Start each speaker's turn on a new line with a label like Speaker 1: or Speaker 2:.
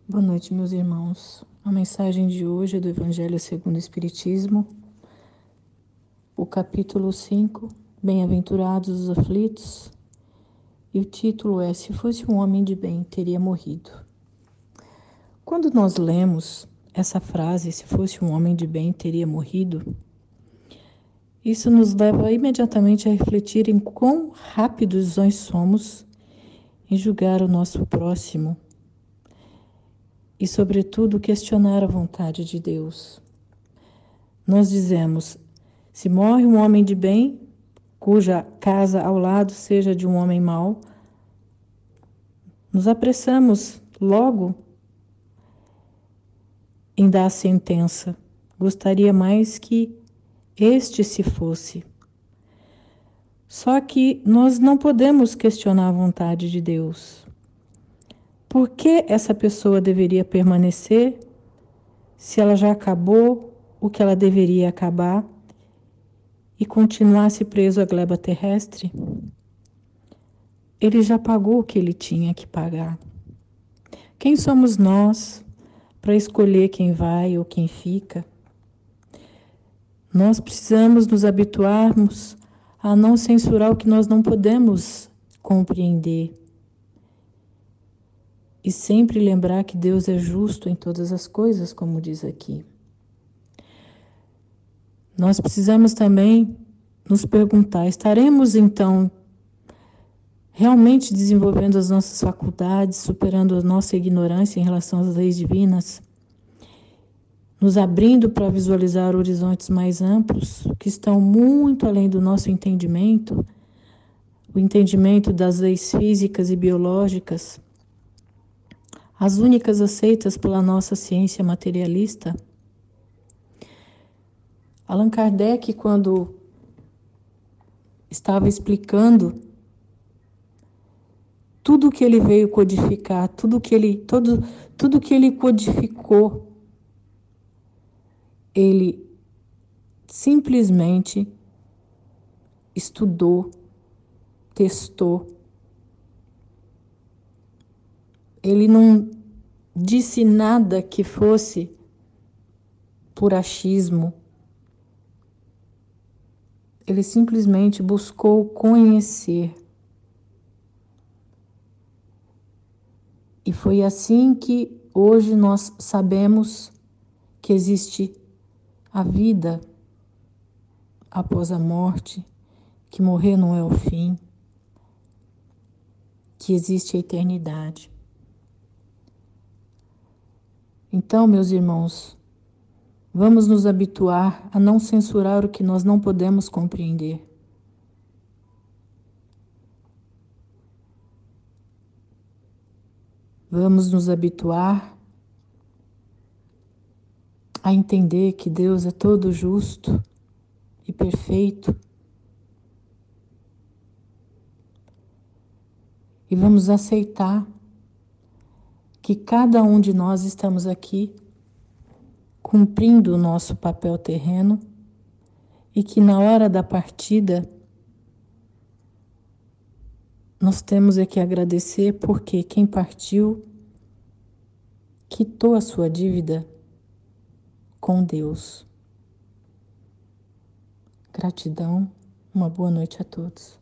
Speaker 1: Boa noite, meus irmãos. A mensagem de hoje é do Evangelho segundo o Espiritismo, o capítulo 5, Bem-aventurados os aflitos, e o título é Se fosse um homem de bem, teria morrido. Quando nós lemos essa frase, se fosse um homem de bem, teria morrido, isso nos leva imediatamente a refletir em quão rápidos nós somos em julgar o nosso próximo e, sobretudo, questionar a vontade de Deus. Nós dizemos, se morre um homem de bem, cuja casa ao lado seja de um homem mau, nos apressamos logo em dar a sentença. Gostaria mais que este se fosse. Só que nós não podemos questionar a vontade de Deus. Por que essa pessoa deveria permanecer se ela já acabou o que ela deveria acabar e continuasse preso à gleba terrestre? Ele já pagou o que ele tinha que pagar. Quem somos nós para escolher quem vai ou quem fica? Nós precisamos nos habituarmos a não censurar o que nós não podemos compreender. E sempre lembrar que Deus é justo em todas as coisas, como diz aqui. Nós precisamos também nos perguntar, estaremos então realmente desenvolvendo as nossas faculdades, superando a nossa ignorância em relação às leis divinas, nos abrindo para visualizar horizontes mais amplos, que estão muito além do nosso entendimento, o entendimento das leis físicas e biológicas, as únicas aceitas pela nossa ciência materialista. Allan Kardec, quando estava explicando tudo que ele veio codificar, tudo que ele codificou, ele simplesmente estudou, testou. Ele não disse nada que fosse por achismo. Ele simplesmente buscou conhecer. E foi assim que hoje nós sabemos que existe a vida após a morte, que morrer não é o fim, que existe a eternidade. Então, meus irmãos, vamos nos habituar a não censurar o que nós não podemos compreender. Vamos nos habituar a entender que Deus é todo justo e perfeito. E vamos aceitar que cada um de nós estamos aqui cumprindo o nosso papel terreno e que na hora da partida nós temos é que agradecer porque quem partiu quitou a sua dívida com Deus. Gratidão, uma boa noite a todos.